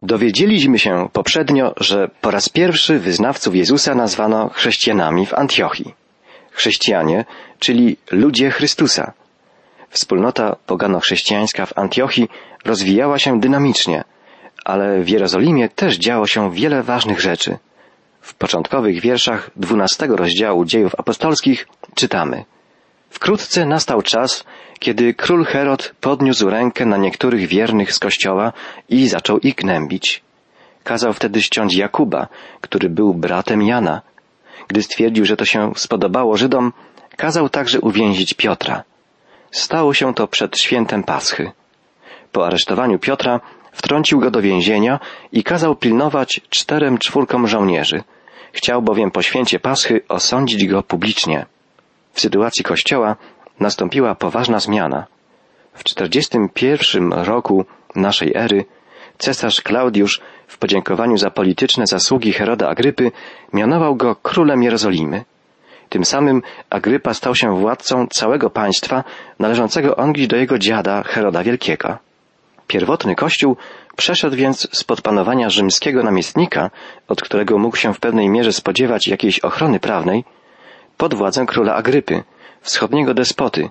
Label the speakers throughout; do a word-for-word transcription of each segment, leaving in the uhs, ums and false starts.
Speaker 1: Dowiedzieliśmy się poprzednio, że po raz pierwszy wyznawców Jezusa nazwano chrześcijanami w Antiochii. Chrześcijanie, czyli ludzie Chrystusa. Wspólnota pogano-chrześcijańska w Antiochii rozwijała się dynamicznie, ale w Jerozolimie też działo się wiele ważnych rzeczy. W początkowych wierszach dwunastego rozdziału Dziejów Apostolskich czytamy: Wkrótce nastał czas, kiedy król Herod podniósł rękę na niektórych wiernych z kościoła i zaczął ich gnębić. Kazał wtedy ściąć Jakuba, który był bratem Jana. Gdy stwierdził, że to się spodobało Żydom, kazał także uwięzić Piotra. Stało się to przed świętem Paschy. Po aresztowaniu Piotra wtrącił go do więzienia i kazał pilnować czterem czwórkom żołnierzy. Chciał bowiem po święcie Paschy osądzić go publicznie. W sytuacji Kościoła nastąpiła poważna zmiana. W czterdziestym pierwszym roku naszej ery cesarz Klaudiusz w podziękowaniu za polityczne zasługi Heroda Agrypy mianował go królem Jerozolimy. Tym samym Agrypa stał się władcą całego państwa należącego ongiś do jego dziada Heroda Wielkiego. Pierwotny Kościół przeszedł więc spod panowania rzymskiego namiestnika, od którego mógł się w pewnej mierze spodziewać jakiejś ochrony prawnej, pod władzę króla Agrypy, wschodniego despoty,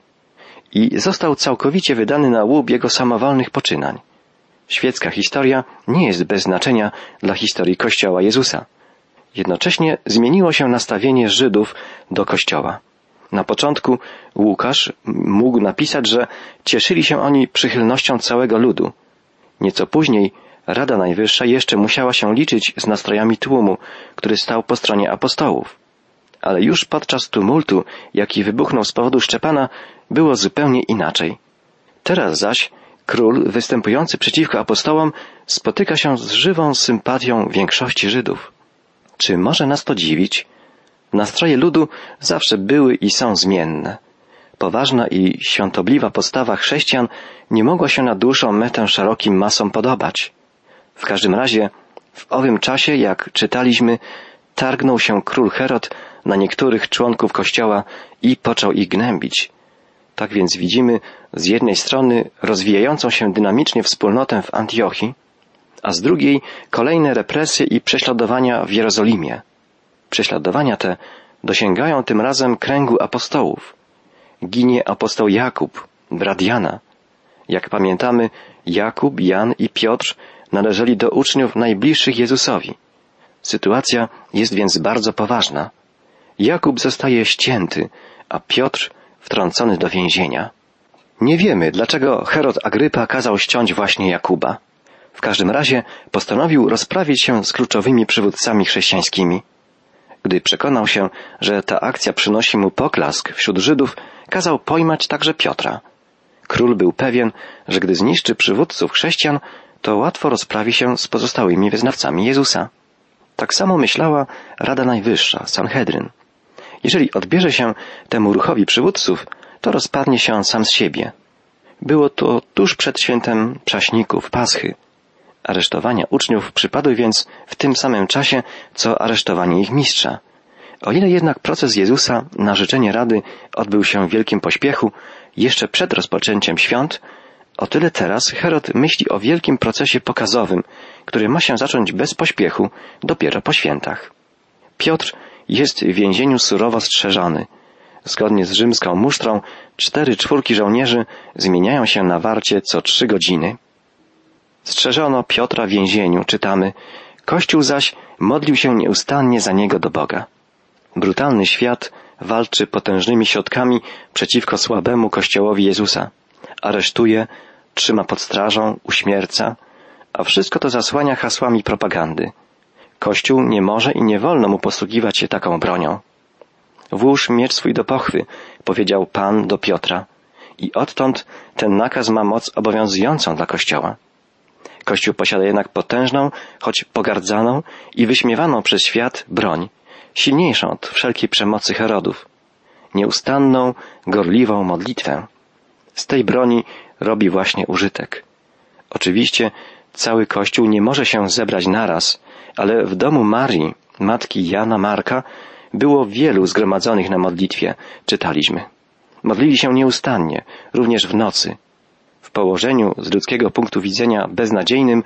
Speaker 1: i został całkowicie wydany na łup jego samowolnych poczynań. Świecka historia nie jest bez znaczenia dla historii Kościoła Jezusa. Jednocześnie zmieniło się nastawienie Żydów do Kościoła. Na początku Łukasz mógł napisać, że cieszyli się oni przychylnością całego ludu. Nieco później Rada Najwyższa jeszcze musiała się liczyć z nastrojami tłumu, który stał po stronie apostołów. Ale już podczas tumultu, jaki wybuchnął z powodu Szczepana, było zupełnie inaczej. Teraz zaś król, występujący przeciwko apostołom, spotyka się z żywą sympatią większości Żydów. Czy może nas to dziwić? Nastroje ludu zawsze były i są zmienne. Poważna i świątobliwa postawa chrześcijan nie mogła się na dłuższą metę szerokim masom podobać. W każdym razie w owym czasie, jak czytaliśmy, targnął się król Herod na niektórych członków Kościoła i począł ich gnębić. Tak więc widzimy z jednej strony rozwijającą się dynamicznie wspólnotę w Antiochii, a z drugiej kolejne represje i prześladowania w Jerozolimie. Prześladowania te dosięgają tym razem kręgu apostołów. Ginie apostoł Jakub, brat Jana. Jak pamiętamy, Jakub, Jan i Piotr należeli do uczniów najbliższych Jezusowi. Sytuacja jest więc bardzo poważna. Jakub zostaje ścięty, a Piotr wtrącony do więzienia. Nie wiemy, dlaczego Herod Agrypa kazał ściąć właśnie Jakuba. W każdym razie postanowił rozprawić się z kluczowymi przywódcami chrześcijańskimi. Gdy przekonał się, że ta akcja przynosi mu poklask wśród Żydów, kazał pojmać także Piotra. Król był pewien, że gdy zniszczy przywódców chrześcijan, to łatwo rozprawi się z pozostałymi wyznawcami Jezusa. Tak samo myślała Rada Najwyższa, Sanhedryn. Jeżeli odbierze się temu ruchowi przywódców, to rozpadnie się on sam z siebie. Było to tuż przed świętem Prześników, Paschy. Aresztowania uczniów przypadły więc w tym samym czasie, co aresztowanie ich mistrza. O ile jednak proces Jezusa na życzenie Rady odbył się w wielkim pośpiechu, jeszcze przed rozpoczęciem świąt, o tyle teraz Herod myśli o wielkim procesie pokazowym, który ma się zacząć bez pośpiechu dopiero po świętach. Piotr jest w więzieniu surowo strzeżony. Zgodnie z rzymską musztrą cztery czwórki żołnierzy zmieniają się na warcie co trzy godziny. Strzeżono Piotra w więzieniu, czytamy, Kościół zaś modlił się nieustannie za niego do Boga. Brutalny świat walczy potężnymi środkami przeciwko słabemu Kościołowi Jezusa. Aresztuje, trzyma pod strażą, uśmierca, a wszystko to zasłania hasłami propagandy. Kościół nie może i nie wolno mu posługiwać się taką bronią. Włóż miecz swój do pochwy, powiedział Pan do Piotra. I odtąd ten nakaz ma moc obowiązującą dla Kościoła. Kościół posiada jednak potężną, choć pogardzaną i wyśmiewaną przez świat broń, silniejszą od wszelkiej przemocy Herodów. Nieustanną, gorliwą modlitwę. Z tej broni robi właśnie użytek. Oczywiście cały Kościół nie może się zebrać naraz, ale w domu Marii, matki Jana Marka, było wielu zgromadzonych na modlitwie, czytaliśmy. Modlili się nieustannie, również w nocy. W położeniu z ludzkiego punktu widzenia beznadziejnym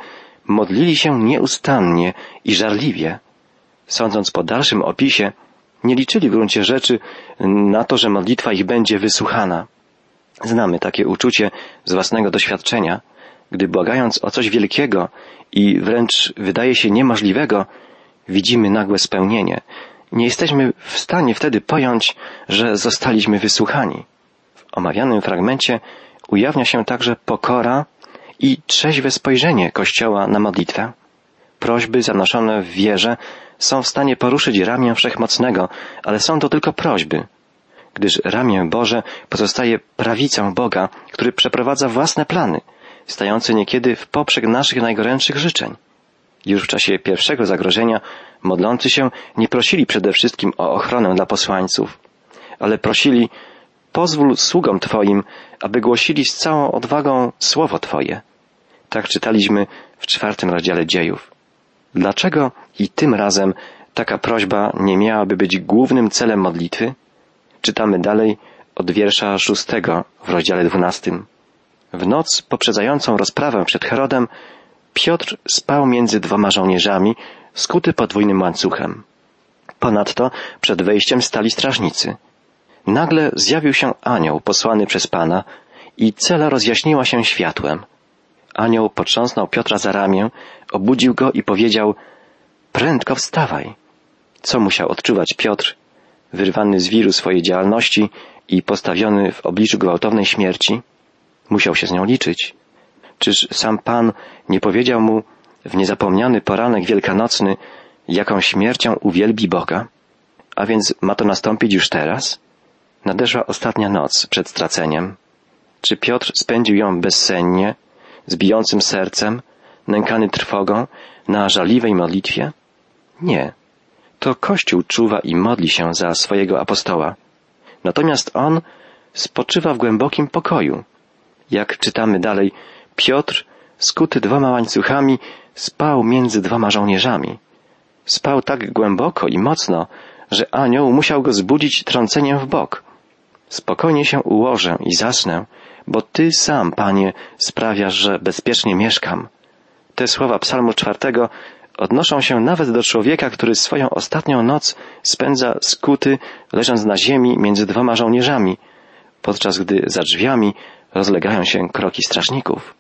Speaker 1: modlili się nieustannie i żarliwie. Sądząc po dalszym opisie, nie liczyli w gruncie rzeczy na to, że modlitwa ich będzie wysłuchana. Znamy takie uczucie z własnego doświadczenia, gdy błagając o coś wielkiego i wręcz wydaje się niemożliwego, widzimy nagłe spełnienie. Nie jesteśmy w stanie wtedy pojąć, że zostaliśmy wysłuchani. W omawianym fragmencie ujawnia się także pokora i trzeźwe spojrzenie Kościoła na modlitwę. Prośby zanoszone w wierze są w stanie poruszyć ramię Wszechmocnego, ale są to tylko prośby, gdyż ramię Boże pozostaje prawicą Boga, który przeprowadza własne plany, stające niekiedy w poprzek naszych najgorętszych życzeń. Już w czasie pierwszego zagrożenia modlący się nie prosili przede wszystkim o ochronę dla posłańców, ale prosili: pozwól sługom Twoim, aby głosili z całą odwagą Słowo Twoje. Tak czytaliśmy w czwartym rozdziale Dziejów. Dlaczego i tym razem taka prośba nie miałaby być głównym celem modlitwy? Czytamy dalej od wiersza szóstego w rozdziale dwunastym. W noc poprzedzającą rozprawę przed Herodem Piotr spał między dwoma żołnierzami, skuty podwójnym łańcuchem. Ponadto przed wejściem stali strażnicy. Nagle zjawił się anioł posłany przez Pana i cela rozjaśniła się światłem. Anioł potrząsnął Piotra za ramię, obudził go i powiedział: prędko wstawaj. Co musiał odczuwać Piotr, wyrwany z wiru swojej działalności i postawiony w obliczu gwałtownej śmierci? Musiał się z nią liczyć. Czyż sam Pan nie powiedział mu w niezapomniany poranek wielkanocny, jaką śmiercią uwielbi Boga? A więc ma to nastąpić już teraz? Nadeszła ostatnia noc przed straceniem. Czy Piotr spędził ją bezsennie, z bijącym sercem, nękany trwogą, na żarliwej modlitwie? Nie. To Kościół czuwa i modli się za swojego apostoła. Natomiast on spoczywa w głębokim pokoju. Jak czytamy dalej, Piotr, skuty dwoma łańcuchami, spał między dwoma żołnierzami. Spał tak głęboko i mocno, że anioł musiał go zbudzić trąceniem w bok. Spokojnie się ułożę i zasnę, bo Ty sam, Panie, sprawiasz, że bezpiecznie mieszkam. Te słowa psalmu czwartego odnoszą się nawet do człowieka, który swoją ostatnią noc spędza skuty, leżąc na ziemi między dwoma żołnierzami, podczas gdy za drzwiami rozlegają się kroki strażników.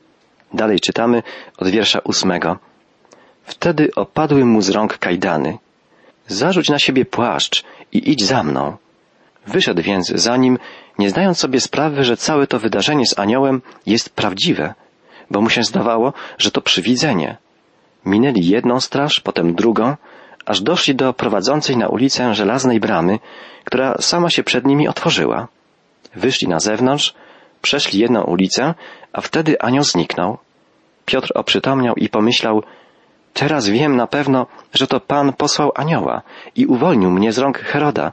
Speaker 1: Dalej czytamy od wiersza ósmego. Wtedy opadły mu z rąk kajdany. Zarzuć na siebie płaszcz i idź za mną. Wyszedł więc za nim, nie zdając sobie sprawy, że całe to wydarzenie z aniołem jest prawdziwe, bo mu się zdawało, że to przywidzenie. Minęli jedną straż, potem drugą, aż doszli do prowadzącej na ulicę żelaznej bramy, która sama się przed nimi otworzyła. Wyszli na zewnątrz, przeszli jedną ulicę, a wtedy anioł zniknął. Piotr oprzytomniał i pomyślał: teraz wiem na pewno, że to Pan posłał anioła i uwolnił mnie z rąk Heroda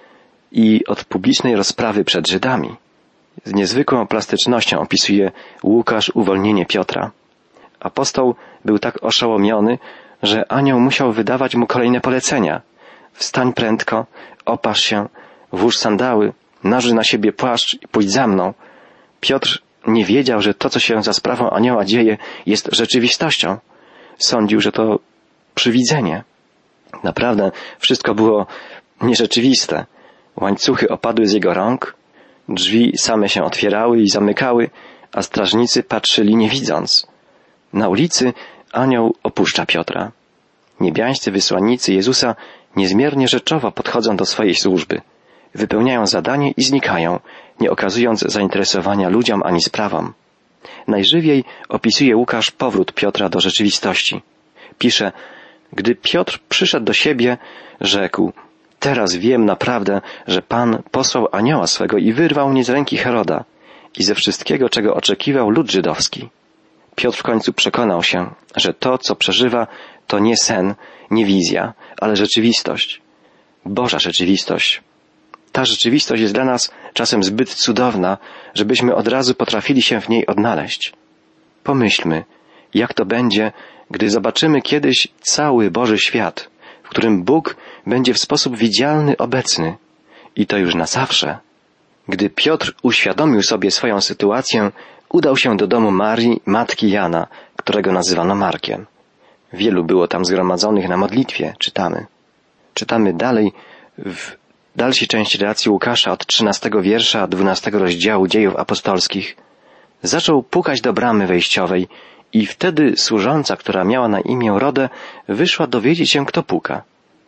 Speaker 1: i od publicznej rozprawy przed Żydami. Z niezwykłą plastycznością opisuje Łukasz uwolnienie Piotra. Apostoł był tak oszołomiony, że anioł musiał wydawać mu kolejne polecenia. Wstań prędko, opasz się, włóż sandały, narzuć na siebie płaszcz i pójdź za mną. Piotr nie wiedział, że to, co się za sprawą anioła dzieje, jest rzeczywistością. Sądził, że to przywidzenie. Naprawdę wszystko było nierzeczywiste. Łańcuchy opadły z jego rąk, drzwi same się otwierały i zamykały, a strażnicy patrzyli nie widząc. Na ulicy anioł opuszcza Piotra. Niebiańscy wysłannicy Jezusa niezmiernie rzeczowo podchodzą do swojej służby. Wypełniają zadanie i znikają, nie okazując zainteresowania ludziom ani sprawom. Najżywiej opisuje Łukasz powrót Piotra do rzeczywistości. Pisze: gdy Piotr przyszedł do siebie, rzekł: teraz wiem naprawdę, że Pan posłał anioła swego i wyrwał mnie z ręki Heroda i ze wszystkiego, czego oczekiwał lud żydowski. Piotr w końcu przekonał się, że to, co przeżywa, to nie sen, nie wizja, ale rzeczywistość. Boża rzeczywistość. Ta rzeczywistość jest dla nas czasem zbyt cudowna, żebyśmy od razu potrafili się w niej odnaleźć. Pomyślmy, jak to będzie, gdy zobaczymy kiedyś cały Boży świat, w którym Bóg będzie w sposób widzialny obecny. I to już na zawsze. Gdy Piotr uświadomił sobie swoją sytuację, udał się do domu Marii, matki Jana, którego nazywano Markiem. Wielu było tam zgromadzonych na modlitwie, czytamy. Czytamy dalej w dalszej części relacji Łukasza od trzynastego wiersza dwunastego rozdziału Dziejów Apostolskich. Zaczął pukać do bramy wejściowej i wtedy służąca, która miała na imię Rodę, wyszła dowiedzieć się, kto puka.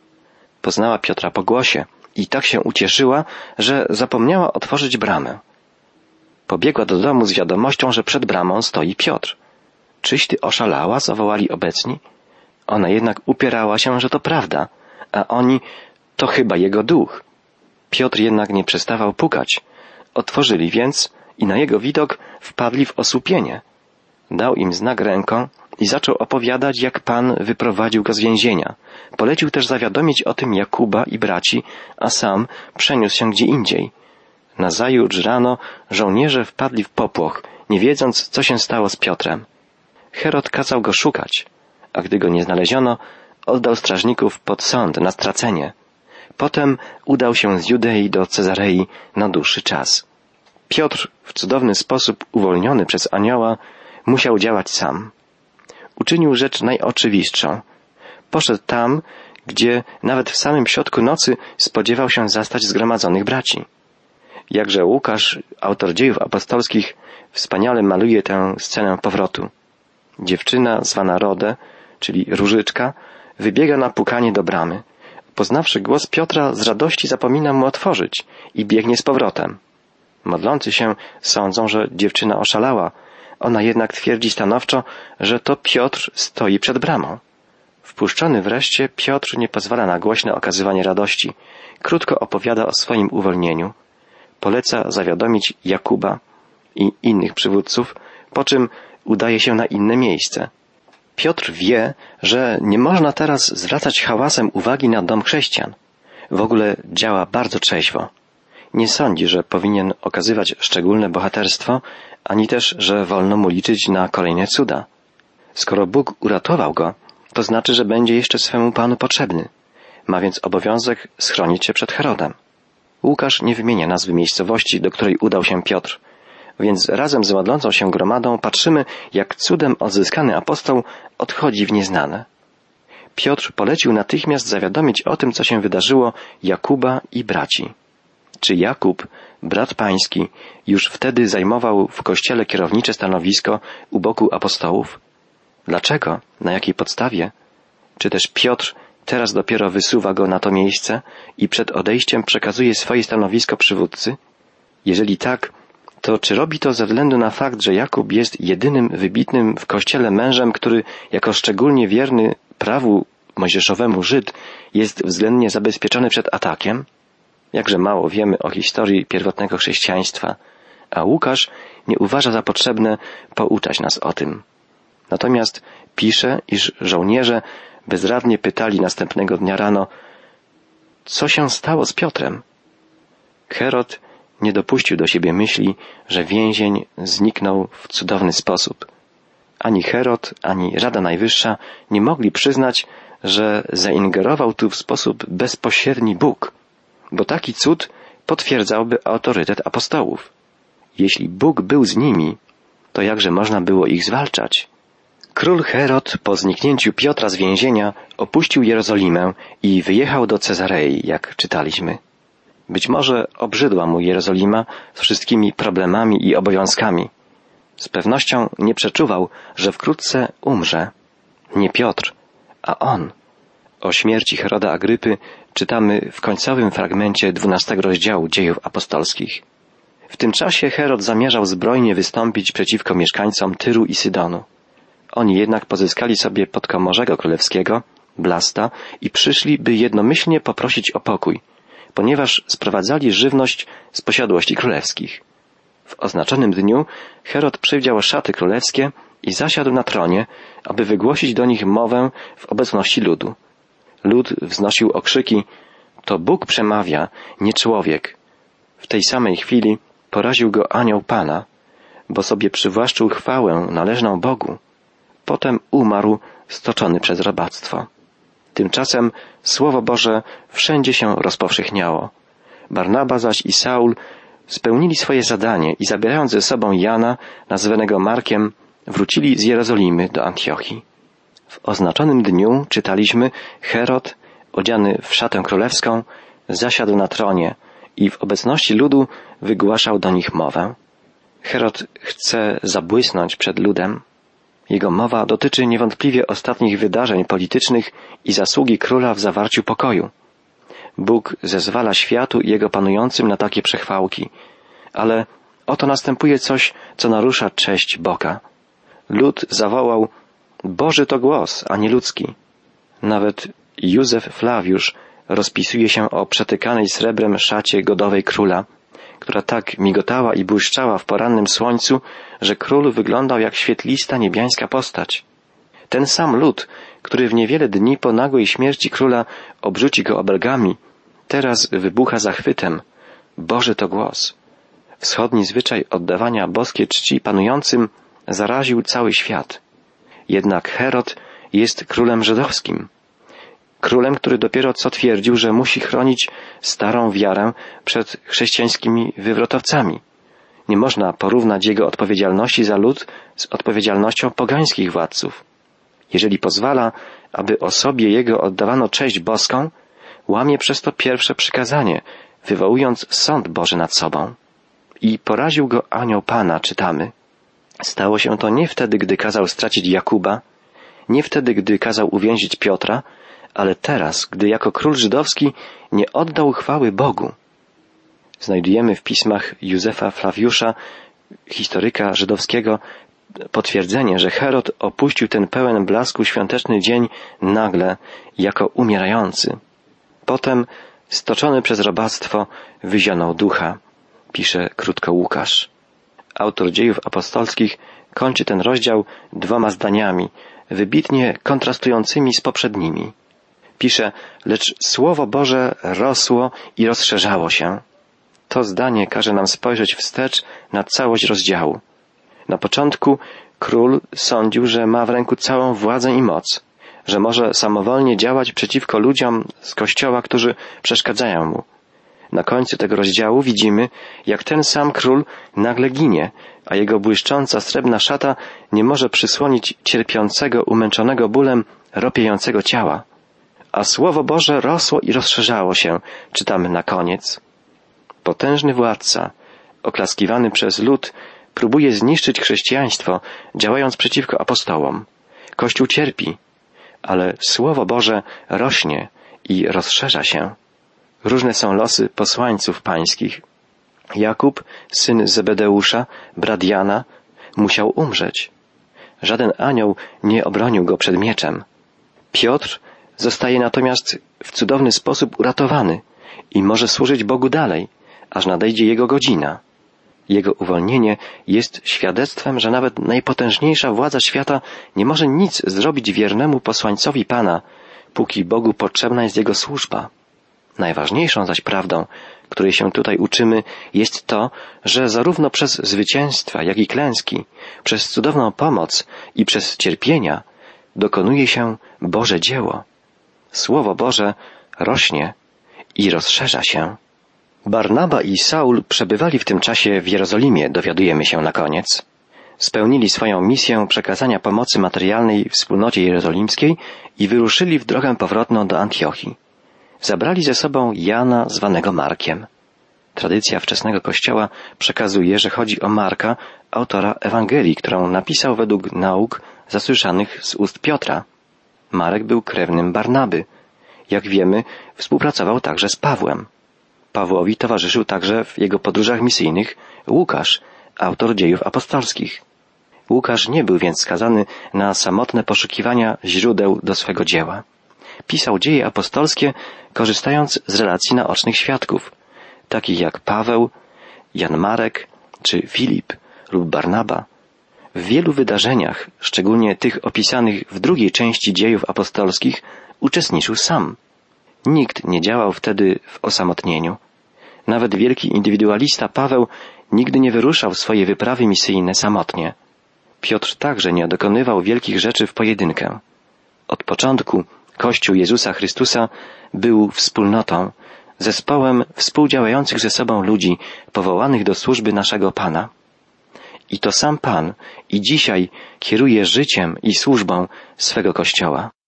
Speaker 1: Poznała Piotra po głosie i tak się ucieszyła, że zapomniała otworzyć bramę. Pobiegła do domu z wiadomością, że przed bramą stoi Piotr. Czyś ty oszalała? Zawołali obecni. Ona jednak upierała się, że to prawda, a oni, to chyba jego duch. Piotr jednak nie przestawał pukać. Otworzyli więc i na jego widok wpadli w osłupienie. Dał im znak ręką i zaczął opowiadać, jak Pan wyprowadził go z więzienia. Polecił też zawiadomić o tym Jakuba i braci, a sam przeniósł się gdzie indziej. Nazajutrz rano żołnierze wpadli w popłoch, nie wiedząc, co się stało z Piotrem. Herod kazał go szukać, a gdy go nie znaleziono, oddał strażników pod sąd na stracenie. Potem udał się z Judei do Cezarei na dłuższy czas. Piotr, w cudowny sposób uwolniony przez anioła, musiał działać sam. Uczynił rzecz najoczywistszą. Poszedł tam, gdzie nawet w samym środku nocy spodziewał się zastać zgromadzonych braci. Jakże Łukasz, autor Dziejów Apostolskich, wspaniale maluje tę scenę powrotu. Dziewczyna zwana Rodę, czyli Różyczka, wybiega na pukanie do bramy. Poznawszy głos Piotra, z radości zapomina mu otworzyć i biegnie z powrotem. Modlący się sądzą, że dziewczyna oszalała. Ona jednak twierdzi stanowczo, że to Piotr stoi przed bramą. Wpuszczony wreszcie, Piotr nie pozwala na głośne okazywanie radości. Krótko opowiada o swoim uwolnieniu. Poleca zawiadomić Jakuba i innych przywódców, po czym udaje się na inne miejsce. Piotr wie, że nie można teraz zwracać hałasem uwagi na dom chrześcijan. W ogóle działa bardzo trzeźwo. Nie sądzi, że powinien okazywać szczególne bohaterstwo, ani też, że wolno mu liczyć na kolejne cuda. Skoro Bóg uratował go, to znaczy, że będzie jeszcze swemu Panu potrzebny. Ma więc obowiązek schronić się przed Herodem. Łukasz nie wymienia nazwy miejscowości, do której udał się Piotr, więc razem z modlącą się gromadą patrzymy, jak cudem odzyskany apostoł odchodzi w nieznane. Piotr polecił natychmiast zawiadomić o tym, co się wydarzyło, Jakuba i braci. Czy Jakub, brat pański, już wtedy zajmował w kościele kierownicze stanowisko u boku apostołów? Dlaczego? Na jakiej podstawie? Czy też Piotr teraz dopiero wysuwa go na to miejsce i przed odejściem przekazuje swoje stanowisko przywódcy? Jeżeli tak, to czy robi to ze względu na fakt, że Jakub jest jedynym wybitnym w kościele mężem, który jako szczególnie wierny prawu mojżeszowemu Żyd jest względnie zabezpieczony przed atakiem? Jakże mało wiemy o historii pierwotnego chrześcijaństwa, a Łukasz nie uważa za potrzebne pouczać nas o tym. Natomiast pisze, iż żołnierze bezradnie pytali następnego dnia rano, co się stało z Piotrem? Herod nie dopuścił do siebie myśli, że więzień zniknął w cudowny sposób. Ani Herod, ani Rada Najwyższa nie mogli przyznać, że zaingerował tu w sposób bezpośredni Bóg, bo taki cud potwierdzałby autorytet apostołów. Jeśli Bóg był z nimi, to jakże można było ich zwalczać? Król Herod po zniknięciu Piotra z więzienia opuścił Jerozolimę i wyjechał do Cezarei, jak czytaliśmy. Być może obrzydła mu Jerozolima z wszystkimi problemami i obowiązkami. Z pewnością nie przeczuwał, że wkrótce umrze. Nie Piotr, a on. O śmierci Heroda Agrypy czytamy w końcowym fragmencie dwunastego rozdziału Dziejów Apostolskich. W tym czasie Herod zamierzał zbrojnie wystąpić przeciwko mieszkańcom Tyru i Sydonu. Oni jednak pozyskali sobie podkomorzego królewskiego, Blasta, i przyszli, by jednomyślnie poprosić o pokój, ponieważ sprowadzali żywność z posiadłości królewskich. W oznaczonym dniu Herod przywdział szaty królewskie i zasiadł na tronie, aby wygłosić do nich mowę w obecności ludu. Lud wznosił okrzyki, to Bóg przemawia, nie człowiek. W tej samej chwili poraził go anioł Pana, bo sobie przywłaszczył chwałę należną Bogu. Potem umarł, stoczony przez robactwo. Tymczasem Słowo Boże wszędzie się rozpowszechniało. Barnaba zaś i Saul spełnili swoje zadanie i zabierając ze sobą Jana, nazwanego Markiem, wrócili z Jerozolimy do Antiochii. W oznaczonym dniu, czytaliśmy, Herod, odziany w szatę królewską, zasiadł na tronie i w obecności ludu wygłaszał do nich mowę. Herod chce zabłysnąć przed ludem. Jego mowa dotyczy niewątpliwie ostatnich wydarzeń politycznych i zasługi króla w zawarciu pokoju. Bóg zezwala światu i jego panującym na takie przechwałki, ale oto następuje coś, co narusza cześć Boga. Lud zawołał: Boży to głos, a nie ludzki. Nawet Józef Flawiusz rozpisuje się o przetykanej srebrem szacie godowej króla, która tak migotała i błyszczała w porannym słońcu, że król wyglądał jak świetlista niebiańska postać. Ten sam lud, który w niewiele dni po nagłej śmierci króla obrzuci go obelgami, teraz wybucha zachwytem. Boży to głos. Wschodni zwyczaj oddawania boskiej czci panującym zaraził cały świat. Jednak Herod jest królem żydowskim. Królem, który dopiero co twierdził, że musi chronić starą wiarę przed chrześcijańskimi wywrotowcami. Nie można porównać jego odpowiedzialności za lud z odpowiedzialnością pogańskich władców. Jeżeli pozwala, aby osobie jego oddawano cześć boską, łamie przez to pierwsze przykazanie, wywołując sąd Boży nad sobą. I poraził go anioł Pana, czytamy. Stało się to nie wtedy, gdy kazał stracić Jakuba, nie wtedy, gdy kazał uwięzić Piotra, ale teraz, gdy jako król żydowski nie oddał chwały Bogu. Znajdujemy w pismach Józefa Flawiusza, historyka żydowskiego, potwierdzenie, że Herod opuścił ten pełen blasku świąteczny dzień nagle, jako umierający. Potem, stoczony przez robactwo, wyzionął ducha, pisze krótko Łukasz. Autor Dziejów Apostolskich kończy ten rozdział dwoma zdaniami, wybitnie kontrastującymi z poprzednimi. Pisze, lecz Słowo Boże rosło i rozszerzało się. To zdanie każe nam spojrzeć wstecz na całość rozdziału. Na początku król sądził, że ma w ręku całą władzę i moc, że może samowolnie działać przeciwko ludziom z Kościoła, którzy przeszkadzają mu. Na końcu tego rozdziału widzimy, jak ten sam król nagle ginie, a jego błyszcząca srebrna szata nie może przysłonić cierpiącego, umęczonego bólem, ropiejącego ciała. A Słowo Boże rosło i rozszerzało się, czytamy na koniec. Potężny władca, oklaskiwany przez lud, próbuje zniszczyć chrześcijaństwo, działając przeciwko apostołom. Kościół cierpi, ale Słowo Boże rośnie i rozszerza się. Różne są losy posłańców pańskich. Jakub, syn Zebedeusza, brat Jana, musiał umrzeć. Żaden anioł nie obronił go przed mieczem. Piotr zostaje natomiast w cudowny sposób uratowany i może służyć Bogu dalej, aż nadejdzie jego godzina. Jego uwolnienie jest świadectwem, że nawet najpotężniejsza władza świata nie może nic zrobić wiernemu posłańcowi Pana, póki Bogu potrzebna jest jego służba. Najważniejszą zaś prawdą, której się tutaj uczymy, jest to, że zarówno przez zwycięstwa, jak i klęski, przez cudowną pomoc i przez cierpienia dokonuje się Boże dzieło. Słowo Boże rośnie i rozszerza się. Barnaba i Saul przebywali w tym czasie w Jerozolimie, dowiadujemy się na koniec. Spełnili swoją misję przekazania pomocy materialnej wspólnocie jerozolimskiej i wyruszyli w drogę powrotną do Antiochii. Zabrali ze sobą Jana, zwanego Markiem. Tradycja wczesnego Kościoła przekazuje, że chodzi o Marka, autora Ewangelii, którą napisał według nauk zasłyszanych z ust Piotra. Marek był krewnym Barnaby. Jak wiemy, współpracował także z Pawłem. Pawłowi towarzyszył także w jego podróżach misyjnych Łukasz, autor Dziejów Apostolskich. Łukasz nie był więc skazany na samotne poszukiwania źródeł do swego dzieła. Pisał dzieje apostolskie, korzystając z relacji naocznych świadków, takich jak Paweł, Jan Marek czy Filip lub Barnaba. W wielu wydarzeniach, szczególnie tych opisanych w drugiej części dziejów apostolskich, uczestniczył sam. Nikt nie działał wtedy w osamotnieniu. Nawet wielki indywidualista Paweł nigdy nie wyruszał w swoje wyprawy misyjne samotnie. Piotr także nie dokonywał wielkich rzeczy w pojedynkę. Od początku Kościół Jezusa Chrystusa był wspólnotą, zespołem współdziałających ze sobą ludzi powołanych do służby naszego Pana. I to sam Pan i dzisiaj kieruje życiem i służbą swego Kościoła.